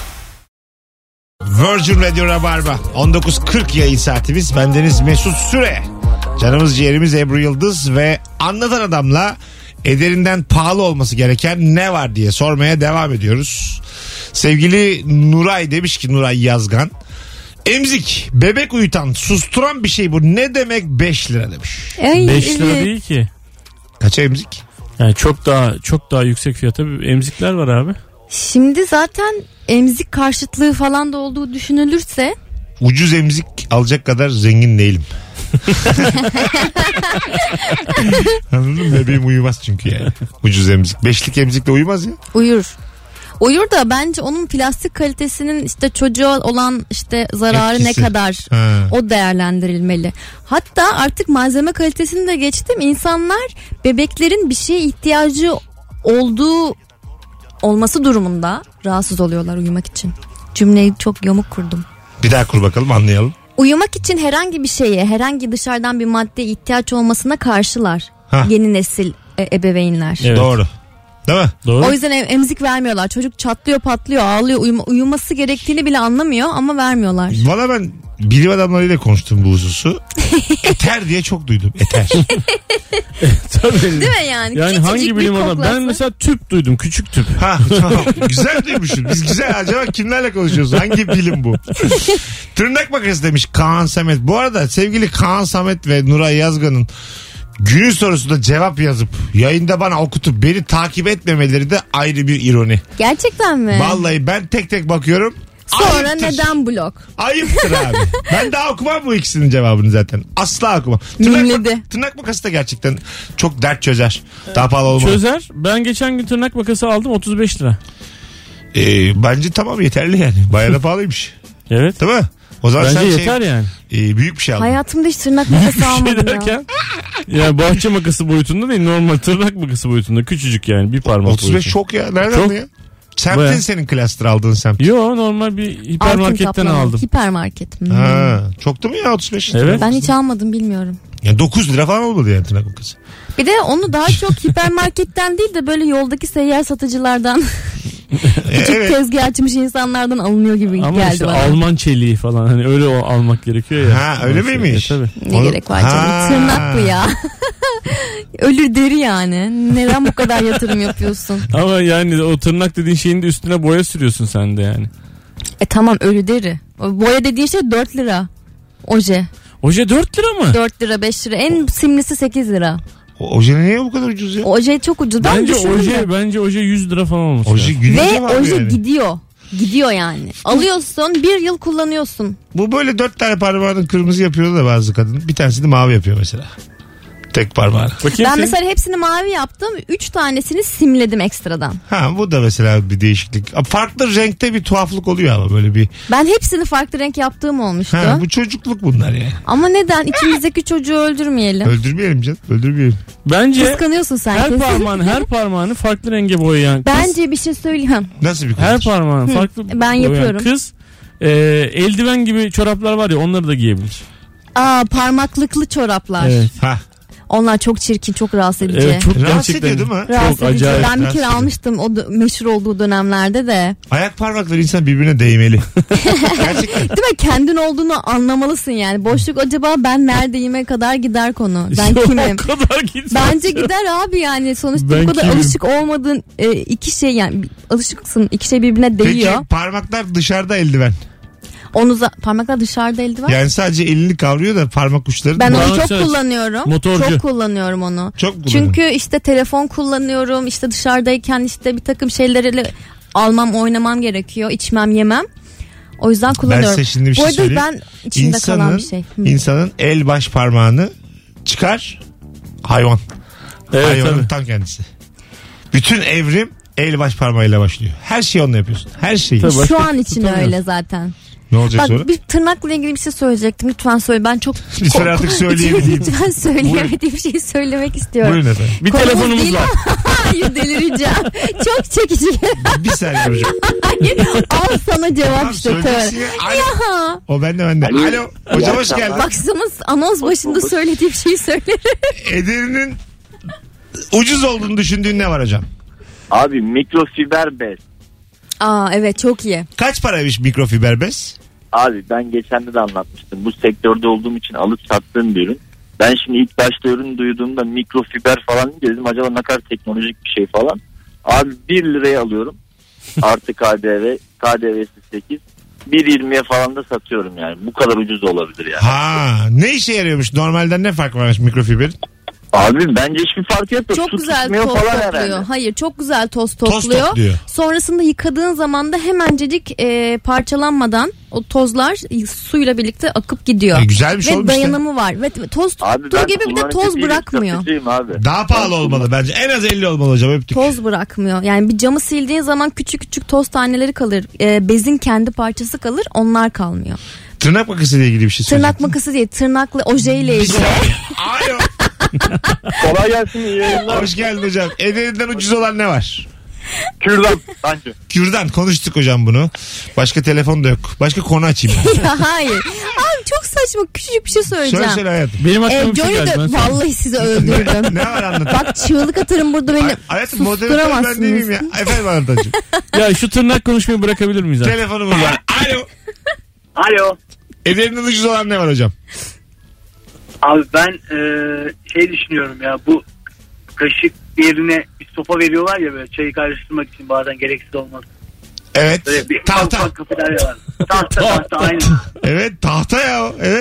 Speaker 2: Virgin Radio Rabarba 19.40 yayın saatimiz. Bendeniz Mesut Süre, canımız ciğerimiz Ebru Yıldız ve Anlatan Adam'la ederinden pahalı olması gereken ne var diye sormaya devam ediyoruz. Sevgili Nuray demiş ki, Nuray Yazgan. Emzik, bebek uyutan, susturan bir şey bu. Ne demek 5 lira demiş.
Speaker 3: 5 lira değil ki.
Speaker 2: Kaça emzik?
Speaker 3: Yani çok daha yüksek fiyata emzikler var abi.
Speaker 4: Şimdi zaten emzik karşıtlığı falan da olduğu düşünülürse
Speaker 2: Ucuz emzik alacak kadar zengin değilim. Anladın mı? Bebeğim uyumaz çünkü yani. Ucuz emzik. 5'lik emzikle uyumaz ya.
Speaker 4: uyur da bence onun plastik kalitesinin işte çocuğa olan işte zararı
Speaker 2: Etkisi.
Speaker 4: ne kadar o değerlendirilmeli. Hatta artık malzeme kalitesini de geçtim. İnsanlar bebeklerin bir şeye ihtiyacı olması durumunda rahatsız oluyorlar uyumak için. Cümleyi çok yamuk kurdum.
Speaker 2: Bir daha kur bakalım, anlayalım.
Speaker 4: Uyumak için herhangi bir şeye, herhangi dışarıdan bir maddeye ihtiyaç olmasına karşılar. Yeni nesil ebeveynler.
Speaker 3: Evet.
Speaker 2: Doğru. Değil mi?
Speaker 3: Doğru.
Speaker 4: O yüzden emzik vermiyorlar. Çocuk çatlıyor, patlıyor, ağlıyor. Uyuması gerektiğini bile anlamıyor ama vermiyorlar.
Speaker 2: Valla ben bilim adamlarıyla konuştum bu hususu. Eter diye çok duydum. Eter.
Speaker 3: Tabii.
Speaker 4: Değil mi yani?
Speaker 3: Yani
Speaker 4: Küçücük
Speaker 3: hangi
Speaker 4: bir
Speaker 3: bilim adamı?
Speaker 4: koklası.
Speaker 3: Ben mesela tüp duydum, küçük tüp.
Speaker 2: Ha tamam. Güzel duymuşsun. Biz güzel. Acaba kimlerle konuşuyoruz? Hangi bilim bu? Tırnak makası demiş Kaan Samet. Bu arada sevgili Kaan Samet ve Nuray Yazgan'ın günün sorusunda cevap yazıp yayında bana okutup beni takip etmemeleri de ayrı bir ironi.
Speaker 4: Gerçekten mi?
Speaker 2: Vallahi ben tek tek bakıyorum.
Speaker 4: Sonra
Speaker 2: Ayıptır.
Speaker 4: neden blok?
Speaker 2: Ayıptır abi. Ben daha okumam bu ikisinin cevabını zaten. Asla okumam.
Speaker 4: Mimledi.
Speaker 2: Tırnak makası da gerçekten çok dert çözer. Daha pahalı olmaz.
Speaker 3: Çözer. Ben geçen gün tırnak makası aldım 35 lira.
Speaker 2: Bence tamam, yeterli yani. Bayağı da pahalıymış.
Speaker 3: Evet.
Speaker 2: Değil mi? O zaman
Speaker 3: Bence
Speaker 2: sen
Speaker 3: yeter yani.
Speaker 2: büyük bir şey aldın.
Speaker 4: Hayatımda hiç tırnak makası
Speaker 3: Şey
Speaker 4: almadım ya.
Speaker 3: derken yani bahçe makası boyutunda değil, normal tırnak makası boyutunda, küçücük yani, bir parmak
Speaker 2: 35
Speaker 3: boyutunda.
Speaker 2: çok ya. Nereden
Speaker 3: Çok.
Speaker 2: ya? Semtin
Speaker 3: Bayağı.
Speaker 2: senin cluster aldığın semt.
Speaker 3: Yo, normal bir
Speaker 4: Altın
Speaker 3: hipermarketten
Speaker 4: kaplama.
Speaker 3: aldım.
Speaker 4: Hipermarket.
Speaker 2: Ha, çoktu mu ya 35?
Speaker 3: Evet.
Speaker 4: Ben hiç almadım, bilmiyorum.
Speaker 2: Yani 9 lira falan olmadı yani tırnak makası.
Speaker 4: Bir de onu daha çok hipermarketten değil de böyle yoldaki seyyar satıcılardan küçük
Speaker 2: Evet.
Speaker 4: tezgah açmış insanlardan alınıyor gibi
Speaker 3: Ama
Speaker 4: geldi
Speaker 3: işte
Speaker 4: bana.
Speaker 3: Alman çeliği falan, hani öyle o almak gerekiyor ya.
Speaker 2: Ha, öyle miymiş?
Speaker 3: Tabii.
Speaker 4: Ne gerek var canım? Tırnak bu ya. Ölür deri yani. Neden bu kadar yatırım yapıyorsun?
Speaker 3: Ama yani o tırnak dediğin şeyin de üstüne boya sürüyorsun sen de yani.
Speaker 4: Tamam, ölü deri. O boya dediğin şey 4 lira. Oje.
Speaker 3: Oje 4 lira mı?
Speaker 4: 4 lira 5 lira. En simlisi 8 lira.
Speaker 2: Oje niye bu kadar ucuz ya?
Speaker 4: Oje çok ucuz. Ben
Speaker 3: Bence oje 100 lira falan olmuş.
Speaker 2: Oje gününce
Speaker 4: Ve
Speaker 2: mi abi
Speaker 4: oje
Speaker 2: yani?
Speaker 4: gidiyor. Gidiyor yani. Alıyorsun, bir yıl kullanıyorsun.
Speaker 2: Bu böyle 4 tane parmağını kırmızı yapıyordu da bazı kadın. Bir tanesini mavi yapıyor mesela. Tek parmağını.
Speaker 4: Ben mesela hepsini mavi yaptım. 3 tanesini simledim ekstradan.
Speaker 2: Ha, bu da mesela bir değişiklik. Farklı renkte bir tuhaflık oluyor ama böyle bir.
Speaker 4: Ben hepsini farklı renk yaptığım olmuştu.
Speaker 2: Ha, bu çocukluk bunlar yani.
Speaker 4: Ama neden? İçimizdeki çocuğu öldürmeyelim.
Speaker 2: Öldürmeyelim canım. Öldürmeyelim.
Speaker 3: Bence
Speaker 4: Kıskanıyorsun sen
Speaker 3: her
Speaker 4: kesin.
Speaker 3: parmağını farklı renge boyayan kız.
Speaker 4: Bence bir şey söyleyeyim.
Speaker 2: Nasıl bir kız?
Speaker 3: Her parmağını farklı
Speaker 4: ben
Speaker 3: boyayan
Speaker 4: yapıyorum.
Speaker 3: kız eldiven gibi çoraplar var ya, onları da giyebilir.
Speaker 4: Parmaklıklı çoraplar.
Speaker 3: Evet.
Speaker 2: Ha.
Speaker 4: Onlar çok çirkin, çok rahatsız edici.
Speaker 3: Evet, çok
Speaker 2: Rahatsız
Speaker 3: gerçekten.
Speaker 2: ediyor değil mi?
Speaker 4: Rahatsız
Speaker 3: Çok
Speaker 4: edici.
Speaker 3: acayip
Speaker 4: Ben bir
Speaker 2: rahatsız
Speaker 4: kere
Speaker 2: ediyor.
Speaker 4: almıştım o meşhur olduğu dönemlerde de.
Speaker 2: Ayak parmakları insan birbirine değmeli. Gerçekten.
Speaker 4: Değil mi? Kendin olduğunu anlamalısın yani. Boşluk acaba ben neredeyime kadar gider konu. Ben
Speaker 3: Yok,
Speaker 4: kimim?
Speaker 3: o kadar gitmez.
Speaker 4: Bence gider abi yani. Sonuçta
Speaker 3: Ben
Speaker 4: bu kadar
Speaker 3: kimim?
Speaker 4: alışık olmadığın iki şey yani. Alışıksın, iki şey birbirine değiyor.
Speaker 2: Peki parmaklar dışarıda eldiven.
Speaker 4: Parmaklar dışarıda eldiven.
Speaker 2: Yani sadece elini kavruyor da parmak uçları.
Speaker 4: Ben onu
Speaker 3: Bana
Speaker 4: çok
Speaker 3: söz.
Speaker 4: kullanıyorum.
Speaker 3: Motorcu.
Speaker 4: Çok kullanıyorum onu.
Speaker 2: Çok kullanıyorum.
Speaker 4: Çünkü işte telefon kullanıyorum. İşte dışarıdayken işte bir takım şeyleri almam, oynamam gerekiyor. İçmem, yemem. O yüzden kullanıyorum.
Speaker 2: size şimdi bir
Speaker 4: Bu
Speaker 2: şey
Speaker 4: arada
Speaker 2: söyleyeyim.
Speaker 4: ben içimde kalan bir şey.
Speaker 2: İnsanın el baş parmağını çıkar, hayvan.
Speaker 3: Evet,
Speaker 2: Hayvanın
Speaker 3: tabii.
Speaker 2: tam kendisi. Bütün evrim el baş parmağıyla başlıyor. Her şeyi onunla yapıyorsun. Her şeyi.
Speaker 3: Tabii.
Speaker 4: Şu an için
Speaker 3: Tutamıyorum.
Speaker 4: öyle zaten.
Speaker 2: Ne olacak sonra?
Speaker 4: Bak bir tırnakla ilgili bir şey söyleyecektim. Lütfen söyle. Ben çok
Speaker 2: Lütfen artık söyleyemediğim.
Speaker 4: Lütfen söyleyemediğim şeyi söylemek istiyorum.
Speaker 2: Buyurun efendim.
Speaker 3: Bir
Speaker 4: Konumuz
Speaker 3: telefonumuz
Speaker 4: değil
Speaker 3: var.
Speaker 4: Hayır, delireceğim. Çok çekici.
Speaker 2: Bir saniye hocam.
Speaker 4: Hayır, al sana cevap
Speaker 2: Tamam,
Speaker 4: işte.
Speaker 2: söyleyeceksin ya. Alo.
Speaker 4: Ya.
Speaker 2: O bende. Alo. Hocam hoş geldin.
Speaker 4: Bak sana anons başında söylediğim şeyi söylerim.
Speaker 2: Ederinin ucuz olduğunu düşündüğün ne var hocam?
Speaker 5: Abi mikrofiber bez.
Speaker 4: Evet, çok iyi.
Speaker 2: Kaç paraymış mikrofiber bez?
Speaker 5: Abi ben geçen de anlatmıştım. Bu sektörde olduğum için alıp sattığım bir ürün.
Speaker 7: Ben şimdi ilk başta ürün duyduğumda mikrofiber falan dedim, acaba ne kadar teknolojik bir şey falan. Abi 1 liraya alıyorum. Artı KDV'si 8. 1.20'ye falan da satıyorum yani. Bu kadar ucuz olabilir yani.
Speaker 2: Ha, ne işe yarıyormuş? Normalden ne fark varmış mikrofiberin?
Speaker 7: Abi bence hiçbir fark yok da
Speaker 4: Çok
Speaker 7: su
Speaker 4: güzel
Speaker 7: tutmuyor
Speaker 4: toz
Speaker 7: falan
Speaker 4: topluyor.
Speaker 7: herhalde.
Speaker 4: Hayır, çok güzel toz
Speaker 2: Toz
Speaker 4: topluyor.
Speaker 2: topluyor.
Speaker 4: Sonrasında yıkadığın zaman da hemencecik parçalanmadan o tozlar suyla birlikte akıp gidiyor.
Speaker 2: Güzelmiş
Speaker 4: Ve
Speaker 2: olmuş.
Speaker 4: dayanımı var. Ve toz
Speaker 7: Abi
Speaker 4: tuttuğu
Speaker 7: ben
Speaker 4: gibi bir de
Speaker 7: kullanıcı
Speaker 4: toz
Speaker 7: değilim,
Speaker 4: bırakmıyor.
Speaker 7: satıcıyım abi.
Speaker 2: Daha pahalı olmalı bence. En az 50 olmalı hocam. Öptük.
Speaker 4: Toz bırakmıyor. Yani bir camı sildiğin zaman küçük küçük toz taneleri kalır. Bezin kendi parçası kalır. Onlar kalmıyor.
Speaker 2: Tırnak makasıyla ilgili bir şey söyleyeyim.
Speaker 4: Tırnak makası değil. Tırnaklı ojeyle
Speaker 2: Bir
Speaker 4: ilgili.
Speaker 2: saniye. Alo.
Speaker 5: Kolay gelsin, iyi yayınlar.
Speaker 2: Hoş geldin hocam. Ederinden ucuz olan ne var?
Speaker 5: Kürdan bence.
Speaker 2: Kürdan. Konuştuk hocam bunu. Başka telefon da yok. Başka konu açayım.
Speaker 4: Ya hayır. Abi çok saçma, küçücük bir şey söyleyeceğim.
Speaker 2: Söyle hayatım.
Speaker 3: Benim aklıma bir şey
Speaker 4: Johnny
Speaker 3: geldi.
Speaker 4: de
Speaker 3: Ben sana-
Speaker 4: vallahi sizi öldürdüm.
Speaker 2: Ne var anlat.
Speaker 4: Bak çığlık atarım burada, beni
Speaker 2: Hayatım moderatör ben değil miyim ya? Efendim anlatacağım.
Speaker 3: Ya şu tırnak konuşmayı bırakabilir miyiz artık?
Speaker 2: Telefonumuz var. Alo.
Speaker 5: Alo.
Speaker 2: Ederinden ucuz olan ne var hocam?
Speaker 8: Abi ben şey düşünüyorum ya, bu kaşık yerine bir sopa veriyorlar ya böyle çayı karıştırmak için, bazen gereksiz olmaz.
Speaker 2: Evet.
Speaker 8: Böyle bir
Speaker 2: Tahta.
Speaker 8: ufak kafeterya var. Tahta aynen.
Speaker 2: Evet tahta ya o. Evet.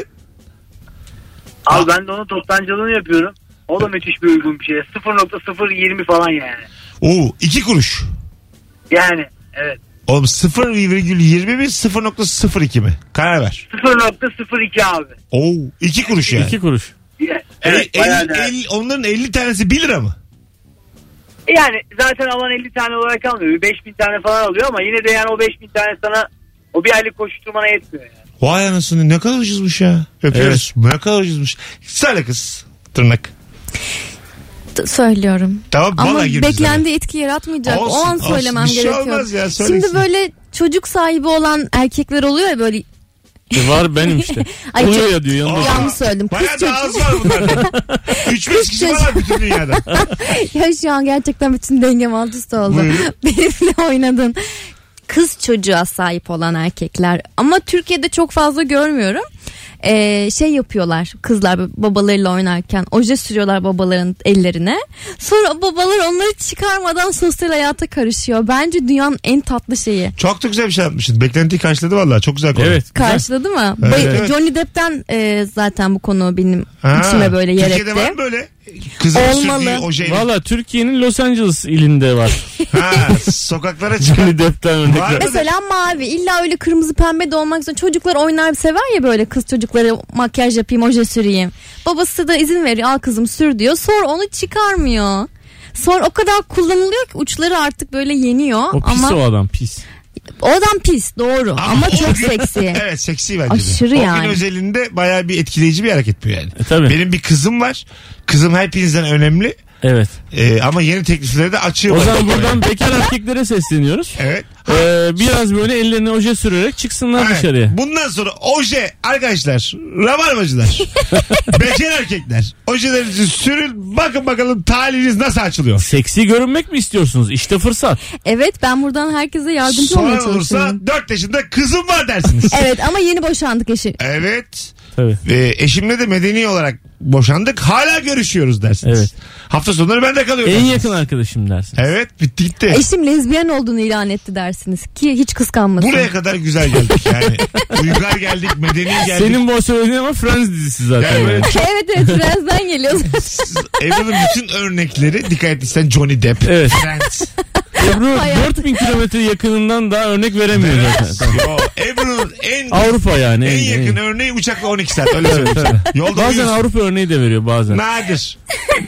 Speaker 8: Abi ben de onun toptancılığını yapıyorum. O da müthiş bir uygun bir şey. 0.020 falan yani.
Speaker 2: Oo 2 kuruş.
Speaker 8: Yani evet.
Speaker 2: Oğlum 0,20 mi 0,02 mi? Karar ver.
Speaker 8: 0.02 abi.
Speaker 2: Oo 2 kuruş yani.
Speaker 3: 2 kuruş.
Speaker 8: Evet, bayağı değerli.
Speaker 2: Onların 50 tanesi 1 lira mı?
Speaker 8: Yani zaten alan 50 tane olarak almıyor. 5000 tane falan alıyor ama yine de yani o 5000 tane sana o bir aylık koşturmana yetmiyor yani.
Speaker 2: Vay anasını, ne kadar ucuzmuş ya. Öpüyoruz. Ne kadar ucuzmuş. Söyle kız. Tırnak.
Speaker 4: Söylüyorum.
Speaker 2: Tamam,
Speaker 4: Ama
Speaker 2: vallahi girdi
Speaker 4: beklendiği etki yaratmayacak.
Speaker 2: Olsun,
Speaker 4: o an
Speaker 2: olsun.
Speaker 4: söylemem
Speaker 2: Bir şey
Speaker 4: gerekiyor.
Speaker 2: olmaz ya, söylesin.
Speaker 4: Şimdi böyle çocuk sahibi olan erkekler oluyor ya böyle.
Speaker 3: Var benim işte.
Speaker 4: Ay,
Speaker 3: Oluyor
Speaker 4: çok-
Speaker 3: ya diyor yanında.
Speaker 2: Aa,
Speaker 4: Yanlış söyledim. Kız
Speaker 2: bayağı da az
Speaker 4: çocuk.
Speaker 2: var bunlardan. 3-5 kişi var bütün dünyada.
Speaker 4: Ya şu an gerçekten bütün dengem alt üst oldu.
Speaker 2: Buyurun.
Speaker 4: Benimle oynadın. Kız çocuğa sahip olan erkekler. Ama Türkiye'de çok fazla görmüyorum. Şey yapıyorlar kızlar babalarıyla oynarken, oje sürüyorlar babaların ellerine. Sonra babalar onları çıkarmadan sosyal hayata karışıyor. Bence dünyanın en tatlı şeyi.
Speaker 2: Çok da güzel bir şey yapmışsın. Beklentiyi karşıladı vallahi. Çok güzel konu.
Speaker 3: Evet. güzel.
Speaker 4: Karşıladı mı?
Speaker 2: Evet.
Speaker 4: Johnny Depp'ten zaten bu konu benim
Speaker 2: Ha,
Speaker 4: içime böyle yer
Speaker 2: Türkiye'de var
Speaker 4: etti.
Speaker 2: mı böyle? Kızın
Speaker 4: Olmalı.
Speaker 2: sürdüğü ojeyle.
Speaker 3: Valla Türkiye'nin Los Angeles ilinde var.
Speaker 2: Ha, sokaklara çıkan.
Speaker 3: Johnny Depp'ten
Speaker 2: Var
Speaker 3: örnekler.
Speaker 2: mı?
Speaker 4: Mesela mavi, illa öyle kırmızı pembe de olmak zorunda. Çocuklar oynar sever ya, böyle kız çocukları makyaj yapayım, oje süreyim. Babası da izin veriyor, al kızım sür diyor. Sonra onu çıkarmıyor. Sonra o kadar kullanılıyor ki uçları artık böyle yeniyor.
Speaker 3: O pis
Speaker 4: ama
Speaker 3: o adam pis.
Speaker 4: o adam pis, doğru ama
Speaker 2: o
Speaker 4: çok
Speaker 2: gün-
Speaker 4: seksi.
Speaker 2: Evet, seksi bence
Speaker 4: Aşırı
Speaker 2: de. O
Speaker 4: yani.
Speaker 2: gün özelinde bayağı bir etkileyici bir hareket bu yani.
Speaker 3: Tabii.
Speaker 2: Benim bir kızım var. Kızım hepinizden önemli.
Speaker 3: Evet.
Speaker 2: Ama yeni teklifleri de açıyor.
Speaker 3: O
Speaker 2: bana.
Speaker 3: zaman buradan bekar erkeklere sesleniyoruz.
Speaker 2: Evet.
Speaker 3: Biraz böyle ellerine oje sürerek çıksınlar
Speaker 2: Evet.
Speaker 3: dışarıya.
Speaker 2: Bundan sonra oje arkadaşlar, rabarbacılar, bekar erkekler, ojelerinizi sürün, bakın bakalım talihiniz nasıl açılıyor.
Speaker 3: Seksi görünmek mi istiyorsunuz? İşte fırsat.
Speaker 4: Evet, ben buradan herkese yardımcı olmaya
Speaker 2: Sonra olursa
Speaker 4: çalışıyorum.
Speaker 2: 4 yaşında kızım var dersiniz.
Speaker 4: Evet, ama yeni boşandık eşi.
Speaker 2: Evet.
Speaker 3: Tabii.
Speaker 2: Eşimle de medeni olarak boşandık. Hala görüşüyoruz dersiniz.
Speaker 3: Evet.
Speaker 2: Hafta sonları bende kalıyorum.
Speaker 3: En
Speaker 2: dersiniz.
Speaker 3: yakın arkadaşım dersin.
Speaker 2: Evet, bitti gitti.
Speaker 4: Eşim lezbiyen olduğunu ilan etti dersiniz ki hiç kıskanmasın.
Speaker 2: Buraya kadar güzel geldik yani. Uygar geldik, medeni geldik.
Speaker 3: Senin bu söylediğin ama Friends dizisi zaten.
Speaker 2: Yani böyle
Speaker 3: yani.
Speaker 4: Evet Friends'den geliyor.
Speaker 2: Ebru'nun bütün örnekleri, dikkat etsen Johnny Depp,
Speaker 3: Evet.
Speaker 2: Friends.
Speaker 3: Ebru
Speaker 4: Hayat.
Speaker 3: 4000 kilometre yakınından daha örnek veremiyor zaten.
Speaker 2: Yo, Ebru'nun en
Speaker 3: Avrupa yani.
Speaker 2: en yakın örneği uçakla 12 saat. Öyle söyleyeyim sana. Yolda
Speaker 3: Bazen
Speaker 2: uyuyorsun.
Speaker 3: Avrupa örneği de veriyor bazen.
Speaker 2: Nadir.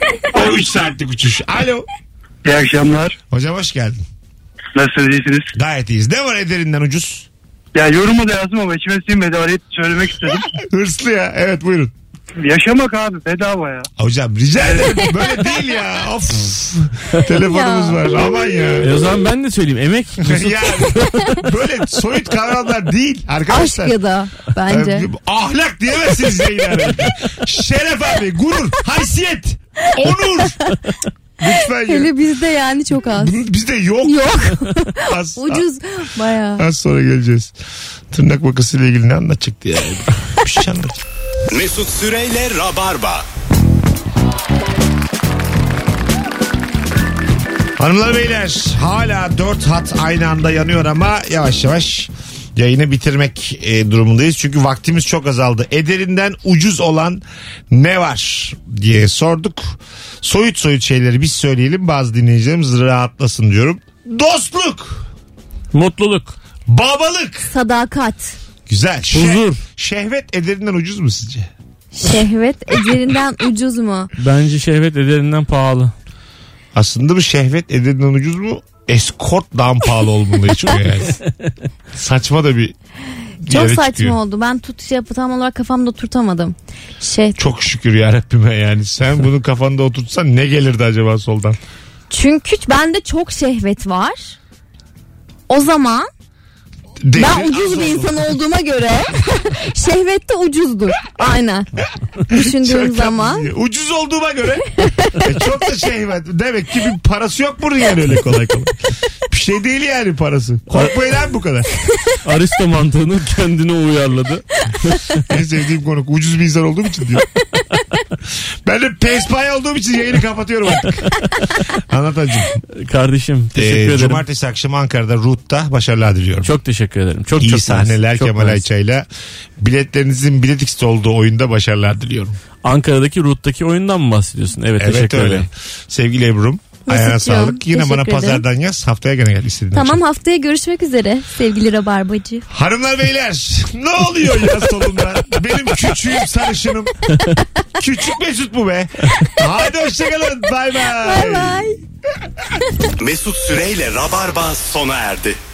Speaker 2: O 3 saatlik uçuş. Alo.
Speaker 5: İyi akşamlar.
Speaker 2: Hocam hoş geldin.
Speaker 5: Nasılsınız, iyisiniz?
Speaker 2: Gayet iyiyiz. Ne var ederinden ucuz?
Speaker 5: Ya yorumu da yazdım ama içime sinmedi, arayıp söylemek istedim.
Speaker 2: Hırslı ya. Evet buyurun.
Speaker 5: Yaşamak abi bedava ya.
Speaker 2: Hocam rica ederim. Böyle değil ya. Of. Telefonumuz
Speaker 4: Ya.
Speaker 2: var. Aman ya.
Speaker 3: O zaman ben de söyleyeyim. Emek.
Speaker 2: Ya böyle soyut kavramlar değil arkadaşlar.
Speaker 4: Aşk ya da bence.
Speaker 2: Ahlak diyemezsiniz yayınlara. Şeref abi, gurur, haysiyet, onur. Lütfen ya.
Speaker 4: Hele bizde yani çok az.
Speaker 2: Bizde yok.
Speaker 4: Yok.
Speaker 2: Az,
Speaker 4: Ucuz bayağı.
Speaker 2: az sonra geleceğiz. Tırnak makasıyla ilgili ne anlatacaktı ya? Bir şey anlatacak.
Speaker 1: Mesut Süreyle Rabarba.
Speaker 2: Hanımlar beyler, hala 4 hat aynı anda yanıyor ama yavaş yavaş yayını bitirmek durumundayız. Çünkü vaktimiz çok azaldı. Ederinden ucuz olan ne var diye sorduk. Soyut şeyleri biz söyleyelim, bazı dinleyicilerimiz rahatlasın diyorum. Dostluk,
Speaker 3: Mutluluk,
Speaker 2: babalık,
Speaker 4: Sadakat.
Speaker 2: güzel.
Speaker 3: huzur.
Speaker 2: Şehvet ederinden ucuz mu sizce?
Speaker 4: Şehvet ederinden ucuz mu?
Speaker 3: Bence şehvet ederinden pahalı.
Speaker 2: Aslında bu şehvet ederinden ucuz mu? Eskort'dan pahalı olduğunda çıkıyor yani. Saçma da bir
Speaker 4: Çok
Speaker 2: yere
Speaker 4: saçma
Speaker 2: çıkıyor.
Speaker 4: oldu. Ben tam olarak kafamda oturtamadım.
Speaker 2: Çok şükür ya Rabbime yani. Sen bunu kafanda oturtsan ne gelirdi acaba soldan?
Speaker 4: Çünkü bende çok şehvet var. O zaman
Speaker 2: Değeri
Speaker 4: ben ucuz
Speaker 2: az
Speaker 4: bir
Speaker 2: oldu.
Speaker 4: insan olduğuma göre şehvet de ucuzdur. Aynen. Düşündüğüm
Speaker 2: Çok
Speaker 4: zaman.
Speaker 2: tatlısın. Ucuz olduğuma göre çok da şehvet. Demek ki bir parası yok bunun yani öyle kolay kolay. Bir şey değil yani parası. Korkmayın abi bu kadar.
Speaker 3: Aristo mantığını kendine uyarladı.
Speaker 2: En sevdiğim konu ucuz bir insan olduğum için diyor. Ben de pespay olduğum için yayını kapatıyorum artık. Anlat hacım.
Speaker 3: Kardeşim teşekkür ederim.
Speaker 2: Cumartesi akşamı Ankara'da Root'ta başarılar diliyorum.
Speaker 3: Çok teşekkür ederim. Çok
Speaker 2: İyi
Speaker 3: çok
Speaker 2: sahneler
Speaker 3: mersi. Çok
Speaker 2: Kemal
Speaker 3: mersi.
Speaker 2: Ayça'yla. Biletlerinizin Bilet X'te olduğu oyunda başarılar diliyorum.
Speaker 3: Ankara'daki Root'taki oyundan mı bahsediyorsun? Evet,
Speaker 2: Evet
Speaker 3: teşekkür
Speaker 2: öyle.
Speaker 3: ederim.
Speaker 2: Sevgili Ebru'm. Ayağına
Speaker 4: Mesut'cum,
Speaker 2: sağlık. Yine bana
Speaker 4: teşekkür ederim.
Speaker 2: pazardan yaz. Haftaya gene gel istediğin
Speaker 4: Tamam,
Speaker 2: akşam.
Speaker 4: haftaya görüşmek üzere sevgili Rabarbacı.
Speaker 2: Hanımlar beyler ne oluyor ya solumda? Benim küçüğüm sarışınım. Küçük Mesut bu be. Hadi hoşçakalın. Bay bay.
Speaker 4: Bay bay.
Speaker 1: Mesut Süreyle Rabarba sona erdi.